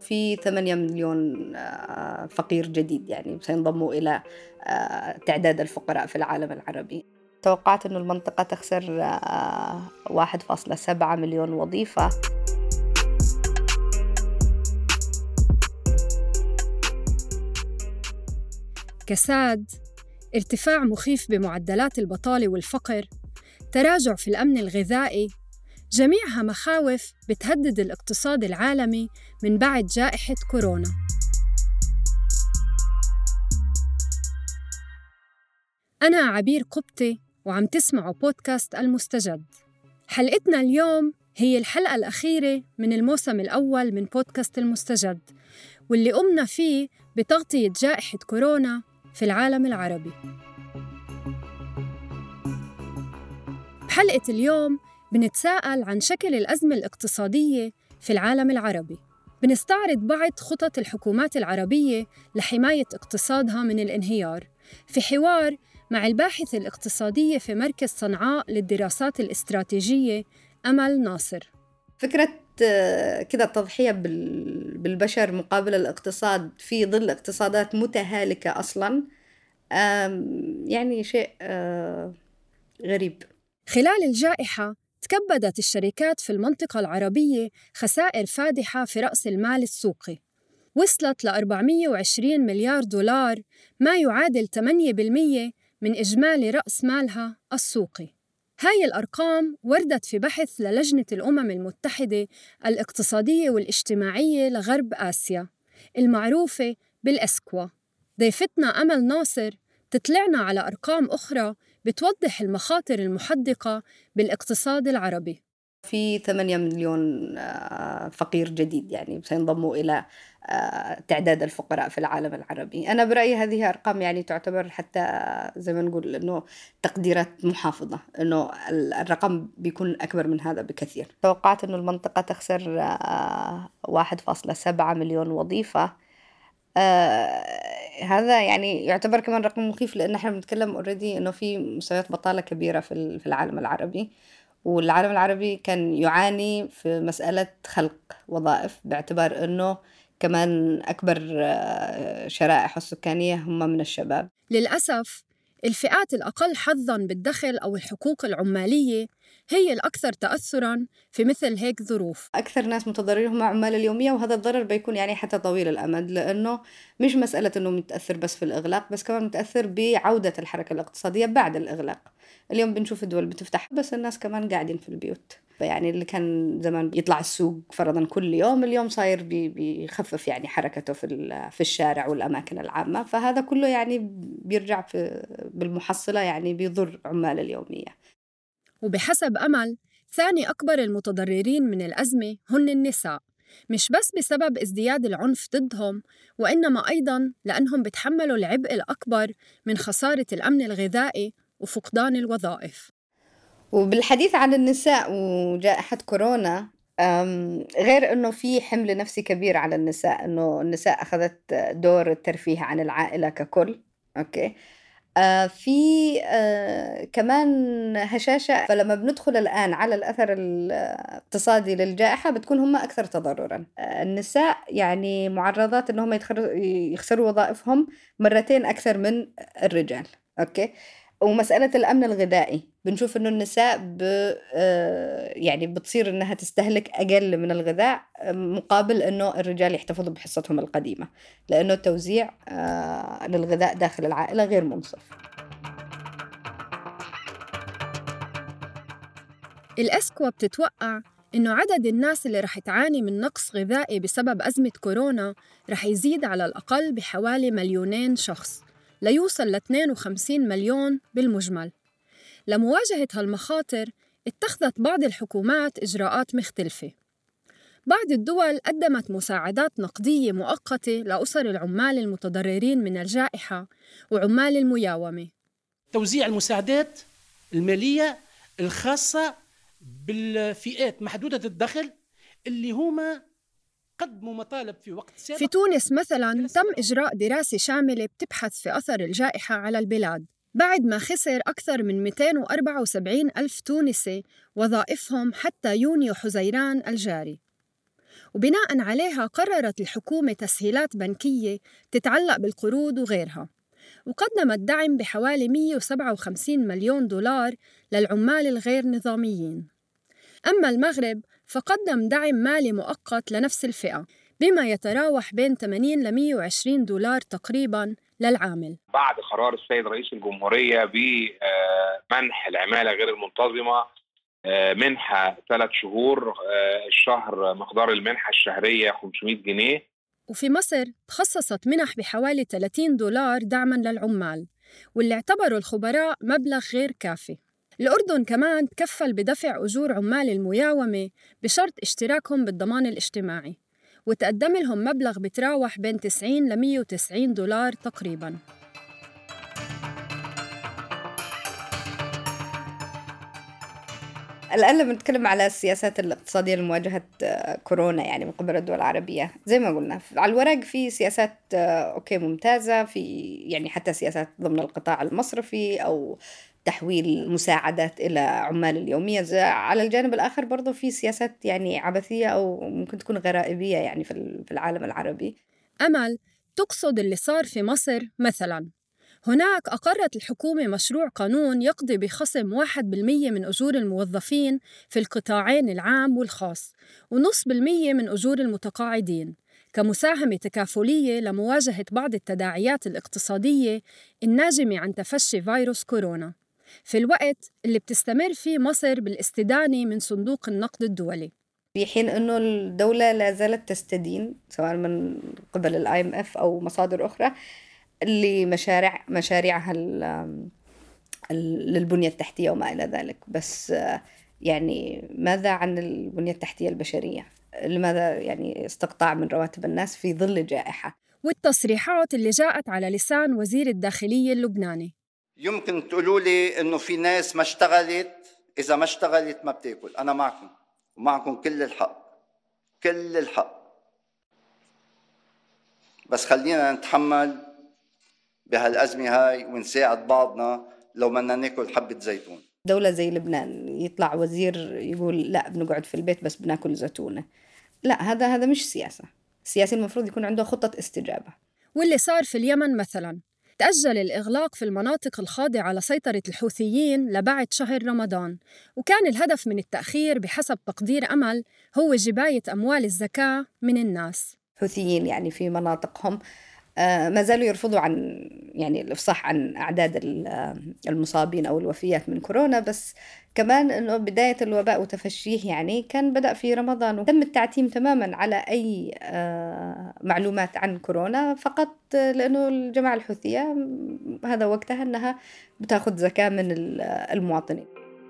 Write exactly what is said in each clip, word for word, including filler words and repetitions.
في ثمانية مليون آه، فقير جديد يعني سينضموا إلى آه، تعداد الفقراء في العالم العربي. توقعت أن المنطقة تخسر آه، واحد فاصلة سبعة مليون وظيفة. كساد، ارتفاع مخيف بمعدلات البطالة والفقر، تراجع في الأمن الغذائي، جميعها مخاوف بتهدد الاقتصاد العالمي من بعد جائحة كورونا. أنا عبير قبطي وعم تسمعوا بودكاست المستجد. حلقتنا اليوم هي الحلقة الأخيرة من الموسم الأول من بودكاست المستجد، واللي قمنا فيه بتغطية جائحة كورونا في العالم العربي. بحلقة اليوم بنتساءل عن شكل الأزمة الاقتصادية في العالم العربي. بنستعرض بعض خطط الحكومات العربية لحماية اقتصادها من الانهيار في حوار مع الباحثة الاقتصادية في مركز صنعاء للدراسات الاستراتيجية أمل ناصر. فكرة كده التضحية بالبشر مقابل الاقتصاد في ظل اقتصادات متهالكة أصلاً يعني شيء غريب. خلال الجائحة تكبدت الشركات في المنطقة العربية خسائر فادحة في رأس المال السوقي، وصلت ل أربعمئة وعشرين مليار دولار، ما يعادل ثمانية بالمئة من إجمالي رأس مالها السوقي. هاي الأرقام وردت في بحث للجنة الأمم المتحدة الاقتصادية والاجتماعية لغرب آسيا المعروفة بالإسكوا. ضيفتنا أمل ناصر تطلعنا على أرقام أخرى بتوضح المخاطر المحدقة بالاقتصاد العربي. في ثمانية مليون فقير جديد يعني سينضموا إلى تعداد الفقراء في العالم العربي. أنا برأيي هذه أرقام يعني تعتبر حتى زي ما نقول إنه تقديرات محافظة، إنه الرقم بيكون أكبر من هذا بكثير. توقعت إنه المنطقة تخسر واحد فاصلة سبعة مليون وظيفة. آه هذا يعني يعتبر كمان رقم مخيف، لأن احنا بنتكلم اوريدي إنه في مستويات بطالة كبيرة في في العالم العربي، والعالم العربي كان يعاني في مسألة خلق وظائف، باعتبار إنه كمان أكبر شرائح السكانية هم من الشباب. للأسف الفئات الأقل حظاً بالدخل أو الحقوق العمالية هي الأكثر تأثراً في مثل هيك ظروف. أكثر ناس متضررين هم عمال اليومية، وهذا الضرر بيكون يعني حتى طويل الأمد، لأنه مش مسألة أنه متأثر بس في الإغلاق، بس كمان متأثر بعودة الحركة الاقتصادية بعد الإغلاق. اليوم بنشوف الدول بتفتح بس الناس كمان قاعدين في البيوت، يعني اللي كان زمان يطلع السوق فرضاً كل يوم، اليوم صاير بيخفف يعني حركته في في الشارع والأماكن العامة، فهذا كله يعني بيرجع في بالمحصلة يعني بيضر عمال اليومية. وبحسب أمل، ثاني أكبر المتضررين من الأزمة هن النساء، مش بس بسبب ازدياد العنف ضدهم، وإنما أيضاً لأنهم بتحملوا العبء الأكبر من خسارة الأمن الغذائي وفقدان الوظائف. وبالحديث عن النساء وجائحة كورونا، غير أنه في حمل نفسي كبير على النساء، أنه النساء أخذت دور الترفيه عن العائلة ككل. أوكي. آه في آه كمان هشاشة، فلما بندخل الآن على الأثر الاقتصادي للجائحة بتكون هم أكثر تضرراً. آه النساء يعني معرضات أنهم يخسروا وظائفهم مرتين أكثر من الرجال. أوكي. ومسألة الأمن الغذائي بنشوف إنه النساء ب يعني بتصير إنها تستهلك أقل من الغذاء، مقابل إنه الرجال يحتفظوا بحصتهم القديمة، لأنه التوزيع للغذاء داخل العائلة غير منصف. الأسكوا بتتوقع إنه عدد الناس اللي رح تعاني من نقص غذائي بسبب أزمة كورونا رح يزيد على الأقل بحوالي مليونين شخص، ليوصل ل اثنين وخمسين مليون بالمجمل. لمواجهة هالمخاطر اتخذت بعض الحكومات إجراءات مختلفة. بعض الدول قدمت مساعدات نقدية مؤقتة لأسر العمال المتضررين من الجائحة وعمال المياومة. توزيع المساعدات المالية الخاصة بالفئات محدودة الدخل اللي هما قدموا مطالب في وقت سابق. في تونس مثلاً تم إجراء دراسة شاملة بتبحث في أثر الجائحة على البلاد، بعد ما خسر أكثر من مئتين وأربعة وسبعين ألف تونسي وظائفهم حتى يونيو حزيران الجاري. وبناءً عليها قررت الحكومة تسهيلات بنكية تتعلق بالقروض وغيرها، وقدمت دعم بحوالي مئة وسبعة وخمسين مليون دولار للعمال الغير نظاميين. أما المغرب فقدم دعم مالي مؤقت لنفس الفئة بما يتراوح بين ثمانين إلى مئة وعشرين دولار تقريباً للعامل. بعد قرار السيد رئيس الجمهورية بمنح العمالة غير المنتظمة منحة ثلاث شهور، الشهر مقدار المنحة الشهرية خمسمئة جنيه. وفي مصر تخصصت منح بحوالي ثلاثين دولار دعماً للعمال، واللي اعتبروا الخبراء مبلغ غير كافي. الأردن كمان تكفل بدفع أجور عمال المياومة بشرط اشتراكهم بالضمان الاجتماعي، وتقدم لهم مبلغ بتراوح بين تسعين إلى مئة وتسعين دولار تقريباً. الآن لما نتكلم على السياسات الاقتصادية لمواجهة كورونا يعني من قبل الدول العربية، زي ما قلنا على الورق في سياسات أوكي ممتازة، في يعني حتى سياسات ضمن القطاع المصرفي أو تحويل مساعدات إلى عمال اليومية. على الجانب الآخر برضو في سياسات يعني عبثية أو ممكن تكون غرائبية يعني في العالم العربي. أمل تقصد اللي صار في مصر مثلاً. هناك أقرت الحكومة مشروع قانون يقضي بخصم واحد بالمئة من أجور الموظفين في القطاعين العام والخاص ونصف بالمئة من أجور المتقاعدين كمساهمة تكافلية لمواجهة بعض التداعيات الاقتصادية الناجمة عن تفشي فيروس كورونا في الوقت اللي بتستمر فيه مصر بالاستدانة من صندوق النقد الدولي، في حين أنه الدولة لا زالت تستدين سواء من قبل الآي إم إف أو مصادر أخرى اللي مشاريع مشاريعها للبنية التحتية وما إلى ذلك. بس يعني ماذا عن البنية التحتية البشرية؟ لماذا يعني استقطاع من رواتب الناس في ظل جائحة؟ والتصريحات اللي جاءت على لسان وزير الداخلية اللبناني. يمكن تقولوا لي إنه في ناس ما اشتغلت، إذا ما اشتغلت ما بتاكل. أنا معكم ومعكم كل الحق كل الحق، بس خلينا نتحمل بهالأزمة هاي ونساعد بعضنا لو بدنا ناكل حبة زيتون. دولة زي لبنان يطلع وزير يقول لا بنقعد في البيت بس بناكل زيتونة، لا هذا هذا مش سياسة. السياسي المفروض يكون عنده خطة استجابة. واللي صار في اليمن مثلاً، تأجل الإغلاق في المناطق الخاضعة لسيطرة الحوثيين لبعد شهر رمضان، وكان الهدف من التأخير بحسب تقدير أمل هو جباية أموال الزكاة من الناس. حوثيين يعني في مناطقهم ما زالوا يرفضوا عن يعني الإفصاح عن أعداد المصابين أو الوفيات من كورونا، بس كمان أنه بداية الوباء وتفشيه يعني كان بدأ في رمضان، وتم التعتيم تماما على أي معلومات عن كورونا فقط لأنه الجماعة الحوثية هذا وقتها أنها بتاخذ زكاة من المواطنين.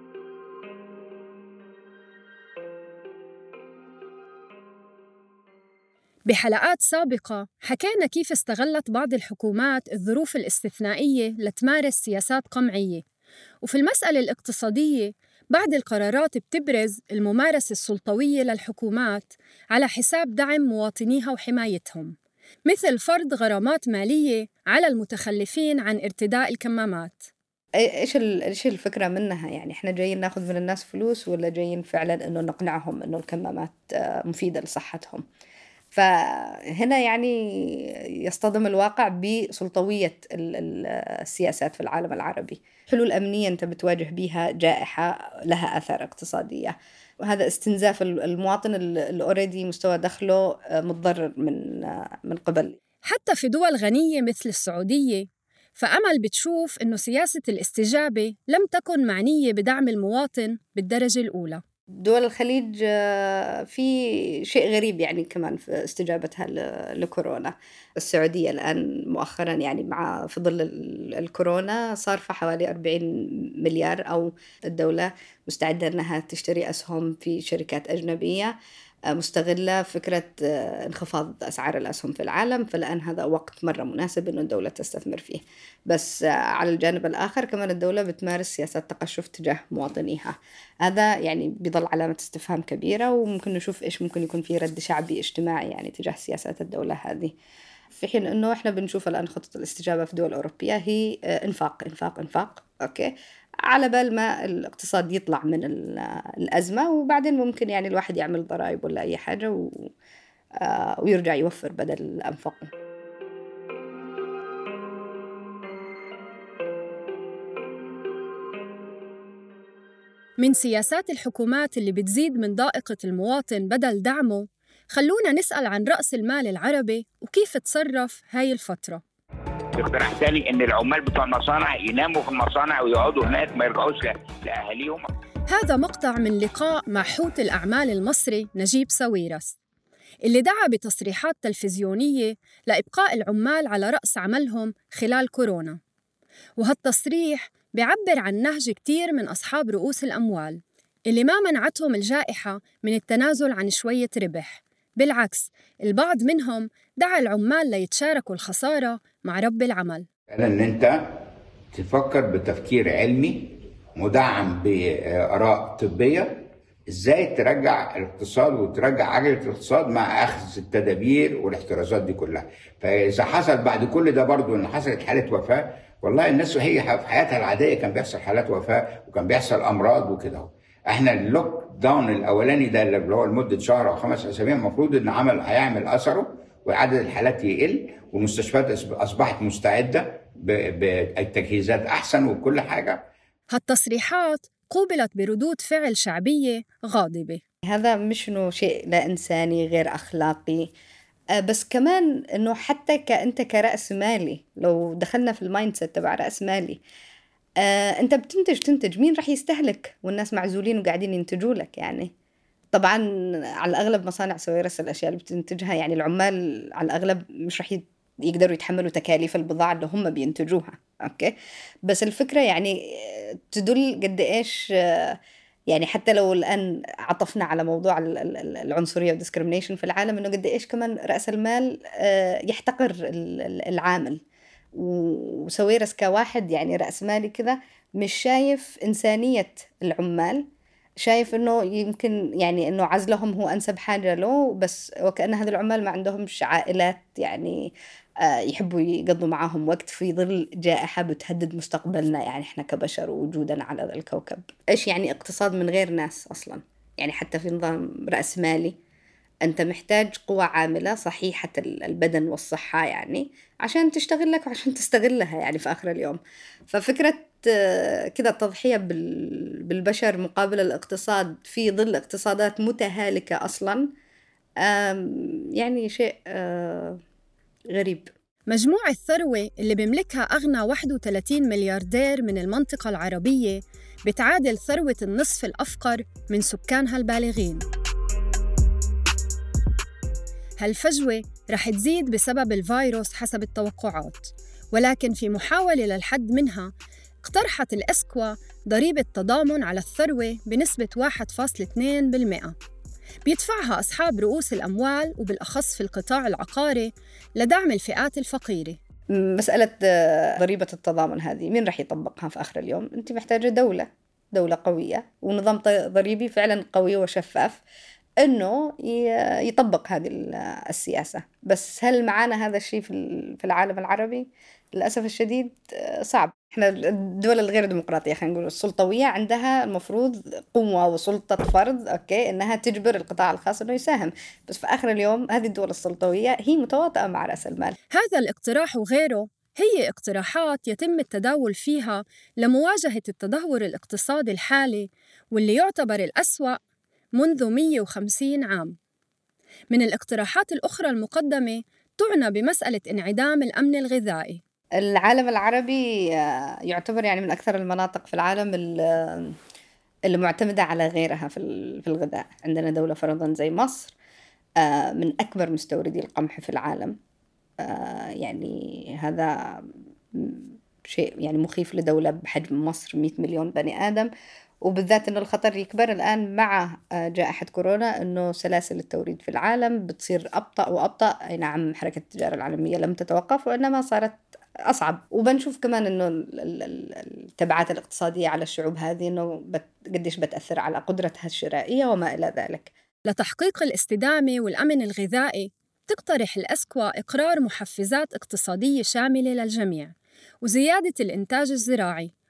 بحلقات سابقة حكينا كيف استغلت بعض الحكومات الظروف الاستثنائية لتمارس سياسات قمعية، وفي المسألة الاقتصادية بعض القرارات بتبرز الممارسة السلطوية للحكومات على حساب دعم مواطنيها وحمايتهم، مثل فرض غرامات مالية على المتخلفين عن ارتداء الكمامات. إيش إيش الفكرة منها؟ يعني إحنا جايين ناخذ من الناس فلوس ولا جايين فعلاً إنه نقنعهم إنه الكمامات مفيدة لصحتهم؟ فهنا يعني يصطدم الواقع بسلطوية السياسات في العالم العربي. حلول أمنية أنت بتواجه بيها جائحة لها آثار اقتصادية، وهذا استنزاف المواطن اللي أوريدي مستوى دخله متضرر من من قبل. حتى في دول غنية مثل السعودية، فأمل بتشوف إنه سياسة الاستجابة لم تكن معنية بدعم المواطن بالدرجة الأولى. دول الخليج في شيء غريب يعني كمان في استجابتها لكورونا. السعودية الآن مؤخراً يعني مع في ظل الكورونا صارفة حوالي أربعين مليار، أو الدولة مستعدة أنها تشتري أسهم في شركات أجنبية مستغلة فكرة انخفاض أسعار الأسهم في العالم، فالآن هذا وقت مرة مناسب أن الدولة تستثمر فيه. بس على الجانب الآخر كمان الدولة بتمارس سياسات تقشف تجاه مواطنيها، هذا يعني بيضل علامة استفهام كبيرة، وممكن نشوف إيش ممكن يكون فيه رد شعبي اجتماعي يعني تجاه سياسات الدولة هذه، في حين أنه إحنا بنشوف الآن خطة الاستجابة في دول أوروبية هي إنفاق إنفاق إنفاق أوكي على بال ما الاقتصاد يطلع من الأزمة، وبعدين ممكن يعني الواحد يعمل ضرائب ولا أي حاجة و... آه ويرجع يوفر بدل أنفقه. من سياسات الحكومات اللي بتزيد من ضائقة المواطن بدل دعمه، خلونا نسأل عن رأس المال العربي وكيف تصرف هاي الفترة. اقتراح ثاني إن العمال بتوع المصانع يناموا في المصانع ويقعدوا هناك ما يرجعوش لأهاليهم. هذا مقطع من لقاء مع حوت الأعمال المصري نجيب ساويرس، اللي دعا بتصريحات تلفزيونية لإبقاء العمال على رأس عملهم خلال كورونا. وهالتصريح بيعبر عن نهج كتير من أصحاب رؤوس الأموال اللي ما منعتهم الجائحة من التنازل عن شوية ربح. بالعكس، البعض منهم دعا العمال ليتشاركوا الخسارة مع رب العمل. أن أنت تفكر بتفكير علمي مدعم بآراء طبية إزاي ترجع الاقتصاد وترجع عجلة الاقتصاد مع أخذ التدابير والاحترازات دي كلها. فإذا حصل بعد كل ده برضو إن حصلت حالة وفاة، والله الناس هي في حياتها العادية كان بيحصل حالات وفاة وكان بيحصل أمراض وكده. احنا اللوك داون الاولاني ده اللي هو لمده شهر او خمس اسابيع المفروض ان عمل هيعمل اثره وعدد الحالات يقل والمستشفيات اصبحت مستعده بالتجهيزات احسن وكل حاجه. هالتصريحات قوبلت بردود فعل شعبيه غاضبه. هذا مش انه شيء لا انساني غير اخلاقي، بس كمان انه حتى كأنت كرأس مالي، لو دخلنا في المايند سيت تبع رأس مالي، آه، أنت بتنتج تنتج مين رح يستهلك والناس معزولين وقاعدين ينتجوا لك؟ يعني طبعا على الأغلب مصانع ساويرس الأشياء اللي بتنتجها يعني العمال على الأغلب مش رح يقدروا يتحملوا تكاليف البضاعة اللي هم بينتجوها. أوكي، بس الفكرة يعني تدل قد إيش، يعني حتى لو الآن عطفنا على موضوع العنصرية والديسكريمينيشن في العالم، إنه قد إيش كمان رأس المال يحتقر العامل. وساويرس كواحد يعني رأس مالي كذا مش شايف إنسانية العمال، شايف إنه يمكن يعني إنه عزلهم هو أنسب حاجة له، بس وكأن هذا العمال ما عندهمش عائلات يعني يحبوا يقضوا معاهم وقت في ظل جائحة بتهدد مستقبلنا يعني إحنا كبشر ووجودنا على هذا الكوكب. إيش يعني اقتصاد من غير ناس أصلاً؟ يعني حتى في نظام رأس مالي أنت محتاج قوة عاملة صحيحة البدن والصحة يعني عشان تشتغل لك وعشان تستغلها يعني في آخر اليوم. ففكرة كده التضحية بالبشر مقابل الاقتصاد في ظل اقتصادات متهالكة أصلا يعني شيء غريب. مجموع الثروة اللي بيملكها أغنى واحد وثلاثين ملياردير من المنطقة العربية بتعادل ثروة النصف الأفقر من سكانها البالغين. هالفجوة رح تزيد بسبب الفيروس حسب التوقعات، ولكن في محاولة للحد منها اقترحت الأسكوا ضريبة تضامن على الثروة بنسبة واحد فاصلة اثنين بالمئة بيدفعها أصحاب رؤوس الأموال وبالأخص في القطاع العقاري لدعم الفئات الفقيرة. مسألة ضريبة التضامن هذه مين رح يطبقها في آخر اليوم؟ أنت محتاجة دولة دولة قوية ونظام ضريبي فعلا قوي وشفاف إنه يطبق هذه السياسة. بس هل معانا هذا الشيء في العالم العربي؟ للأسف الشديد صعب. إحنا الدول الغير ديمقراطية خلينا نقول السلطوية عندها المفروض قوة وسلطة فرض أوكي إنها تجبر القطاع الخاص إنه يساهم، بس في آخر اليوم هذه الدول السلطوية هي متواطئة مع رأس المال. هذا الاقتراح وغيره هي اقتراحات يتم التداول فيها لمواجهة التدهور الاقتصادي الحالي واللي يعتبر الأسوأ منذ مئة وخمسين عام. من الاقتراحات الأخرى المقدمة تعنى بمسألة انعدام الأمن الغذائي. العالم العربي يعتبر يعني من أكثر المناطق في العالم اللي معتمدة على غيرها في الغذاء. عندنا دولة فرضاً زي مصر من أكبر مستوردي القمح في العالم، يعني هذا شيء يعني مخيف لدولة بحجم مصر مئة مليون بني آدم، وبالذات أنه الخطر يكبر الآن مع جائحة كورونا أنه سلاسل التوريد في العالم بتصير أبطأ وأبطأ. أي نعم حركة التجارة العالمية لم تتوقف وإنما صارت أصعب، وبنشوف كمان أنه التبعات الاقتصادية على الشعوب هذه أنه قديش بتأثر على قدرتها الشرائية وما إلى ذلك. لتحقيق الاستدامة والأمن الغذائي تقترح الأسكوا إقرار محفزات اقتصادية شاملة للجميع وزيادة الإنتاج الزراعي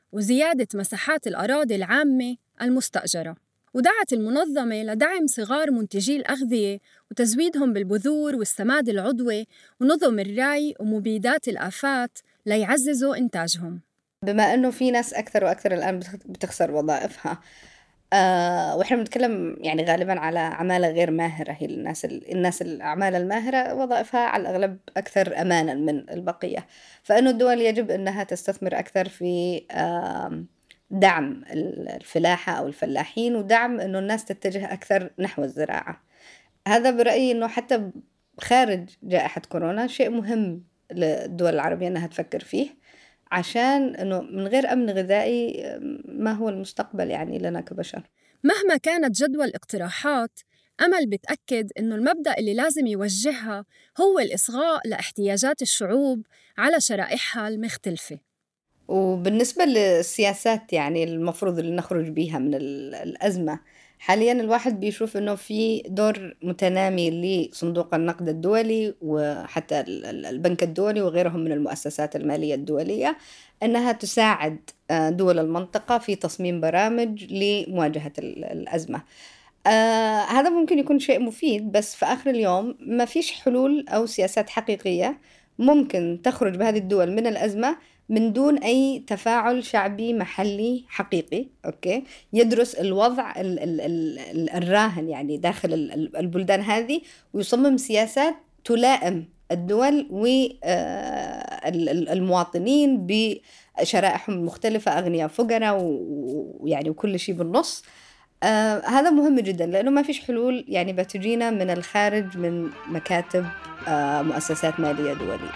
وزيادة مساحات الأراضي العامة المستأجرة. ودعت المنظمة لدعم صغار منتجي الأغذية وتزويدهم بالبذور والسماد العضوي ونظم الري ومبيدات الآفات ليعززوا إنتاجهم. بما أنه في ناس أكثر وأكثر الآن بتخسر وظائفها، آه وإحنا بنتكلم يعني غالباً على عمالة غير ماهرة، هي الناس الناس الأعمال الماهرة وظائفها على الأغلب أكثر أماناً من البقية، فإنه الدول يجب أنها تستثمر أكثر في آه دعم الفلاحة أو الفلاحين، ودعم إنه الناس تتجه أكثر نحو الزراعة. هذا برأيي إنه حتى خارج جائحة كورونا شيء مهم للدول العربية إنها تفكر فيه، عشان إنه من غير أمن غذائي ما هو المستقبل يعني لنا كبشر. مهما كانت جدوى الاقتراحات، أمل بتأكد إنه المبدأ اللي لازم يوجهها هو الإصغاء لاحتياجات الشعوب على شرائحها المختلفة. وبالنسبة للسياسات يعني المفروض اللي نخرج بيها من الأزمة، حالياً الواحد بيشوف إنه في دور متنامي لصندوق النقد الدولي وحتى البنك الدولي وغيرهم من المؤسسات المالية الدولية أنها تساعد دول المنطقة في تصميم برامج لمواجهة الأزمة. آه هذا ممكن يكون شيء مفيد، بس في آخر اليوم ما فيش حلول أو سياسات حقيقية ممكن تخرج بهذه الدول من الأزمة من دون أي تفاعل شعبي محلي حقيقي أوكي يدرس الوضع ال ال ال الراهن يعني داخل البلدان هذه، ويصمم سياسات تلائم الدول والمواطنين بشرائحهم المختلفة، أغنياء فقراء ويعني وكل شيء بالنص. آه هذا مهم جدا، لأنه ما فيش حلول يعني بتجينا من الخارج من مكاتب آه مؤسسات مالية دولية.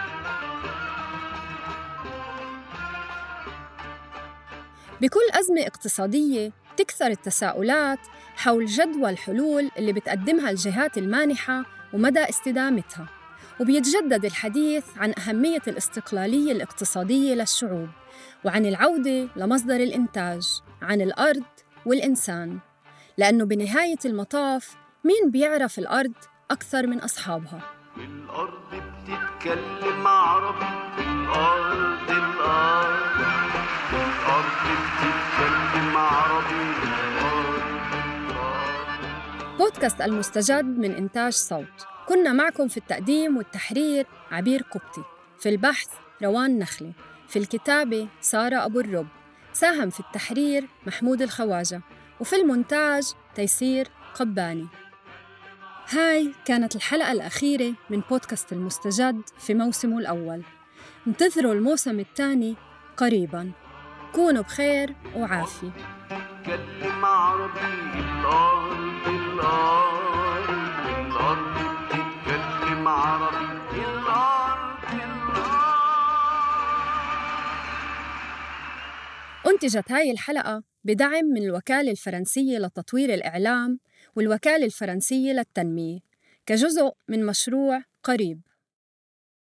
بكل أزمة اقتصادية تكثر التساؤلات حول جدوى الحلول اللي بتقدمها الجهات المانحة ومدى استدامتها، وبيتجدد الحديث عن أهمية الاستقلالية الاقتصادية للشعوب، وعن العودة لمصدر الإنتاج، عن الأرض والإنسان، لأنه بنهاية المطاف مين بيعرف الأرض أكثر من أصحابها؟ الأرض بتتكلم عربي، الأرض الأرض الأرض بتتكلم عربي، الأرض الأرض. بودكاست المستجد من إنتاج صوت، كنا معكم في التقديم والتحرير عبير قبطي، في البحث روان نخلي، في الكتابة سارة أبو الرب، ساهم في التحرير محمود الخواجة، وفي المونتاج تيسير قباني. هاي كانت الحلقة الأخيرة من بودكاست المستجد في موسمه الأول. انتظروا الموسم الثاني قريباً. كونوا بخير وعافية. كلم عربي، الأرض الأرض الأرض بتتكلم عربي، الأرض الأرض. أنتجت هاي الحلقة بدعم من الوكالة الفرنسية لتطوير الإعلام والوكالة الفرنسية للتنمية كجزء من مشروع قريب.